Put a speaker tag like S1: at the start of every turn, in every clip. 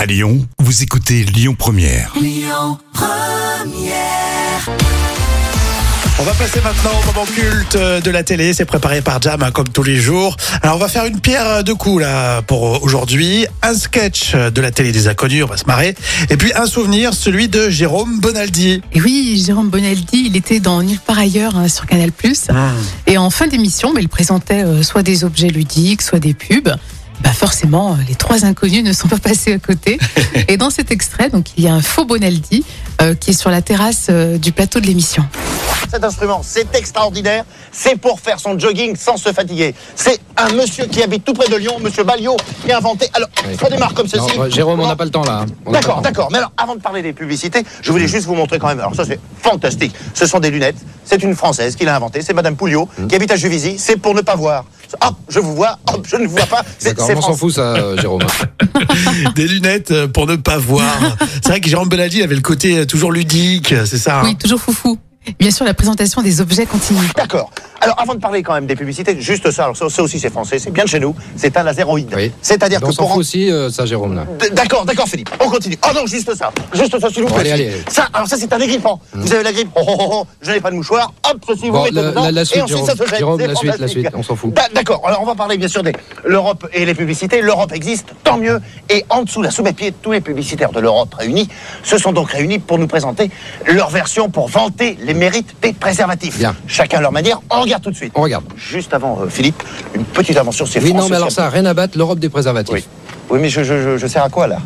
S1: À Lyon, vous écoutez Lyon Première.
S2: Lyon Première.
S3: On va passer maintenant au moment culte de la télé. C'est préparé par Jam, comme tous les jours. Alors, on va faire une pierre deux coups, là, pour aujourd'hui. Un sketch de la télé des inconnus, on va se marrer. Et puis, un souvenir, celui de Jérôme Bonaldi.
S4: Et oui, Jérôme Bonaldi, il était dans Nulle part ailleurs sur Canal+. Et en fin d'émission, il présentait soit des objets ludiques, soit des pubs. Forcément, les trois inconnus ne sont pas passés à côté. Et dans cet extrait, donc, il y a un faux Bonaldi qui est sur la terrasse du plateau de l'émission.
S5: Cet instrument, c'est extraordinaire. C'est pour faire son jogging sans se fatiguer. C'est un monsieur qui habite tout près de Lyon, monsieur Balliot, qui a inventé. Alors, ça démarre comme ceci.
S6: Non, Jérôme, on n'a pas le temps là.
S5: D'accord. Mais alors, avant de parler des publicités, je voulais juste vous montrer quand même. Alors, ça, c'est fantastique. Ce sont des lunettes. C'est une Française qui l'a inventé. C'est madame Pouliot, qui habite à Juvisy. C'est pour ne pas voir. Hop, je vous vois. Hop, je ne vous vois pas.
S6: D'accord, on s'en fout ça, Jérôme.
S3: Des lunettes pour ne pas voir. C'est vrai que Jérôme Bonaldi avait le côté toujours ludique, c'est ça.
S4: Oui, toujours foufou. Bien sûr, la présentation des objets continue.
S5: D'accord. Alors, avant de parler quand même des publicités, juste ça, alors ça aussi c'est français, c'est bien de chez nous, c'est un laséroïde.
S6: Oui.
S5: C'est-à-dire que
S6: on s'en
S5: pour...
S6: fout aussi, ça, Jérôme, là.
S5: D'accord, Philippe, on continue. Oh non, juste ça, s'il vous plaît.
S6: Allez.
S5: Ça, c'est un agrippant. Vous avez la grippe, je n'ai pas de mouchoir, hop, ceci, vous mettez dedans,
S6: la suite,
S5: et ensuite ça se jette.
S6: Jérôme,
S5: C'est
S6: la
S5: fantastique.
S6: suite, on s'en fout.
S5: D'accord, alors on va parler bien sûr de l'Europe et les publicités. L'Europe existe, tant mieux, et en dessous, là, sous mes pieds, tous les publicitaires de l'Europe réunis se sont donc réunis pour nous présenter leur version pour vanter les mérites des préservatifs.
S6: Bien.
S5: Chacun à leur manière, on regarde tout de suite.
S6: On regarde.
S5: Juste avant, Philippe, une petite invention, c'est
S6: Oui,
S5: France
S6: non, mais alors
S5: Social.
S6: ça, rien à battre, l'Europe des préservatifs.
S5: Oui, mais je sers à quoi, là?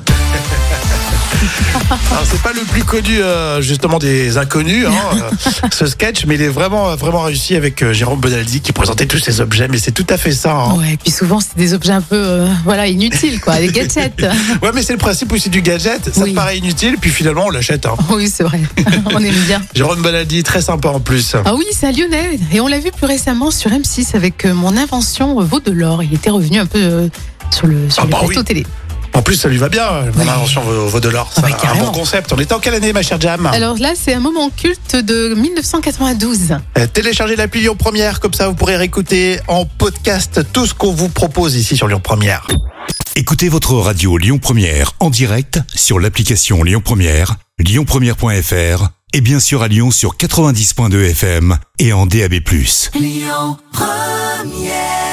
S3: Alors, c'est pas le plus connu justement des inconnus, ce sketch, mais il est vraiment réussi avec Jérôme Bonaldi qui présentait tous ces objets. Mais c'est tout à fait ça.
S4: Ouais, et puis souvent, c'est des objets un peu inutiles, quoi, des gadgets.
S3: Ouais, mais c'est le principe aussi du gadget. Ça te paraît inutile, puis finalement on l'achète.
S4: Oui, c'est vrai. On aime bien.
S3: Jérôme Bonaldi, très sympa en plus.
S4: Ah oui, c'est un Lyonnais. Et on l'a vu plus récemment sur M6 avec mon invention veau de l'or. Il était revenu un peu sur le plateau télé.
S3: En plus, ça lui va bien, mon invention vaut de l'or. C'est un bon concept. On était en quelle année, ma chère Jam?
S4: Alors là, c'est un moment culte de 1992.
S3: Téléchargez l'appli Lyon Première, comme ça vous pourrez réécouter en podcast tout ce qu'on vous propose ici sur Lyon Première.
S1: Écoutez votre radio Lyon Première en direct sur l'application Lyon Première, lyonpremière.fr et bien sûr à Lyon sur 90.2 FM et en DAB+.
S2: Lyon Première.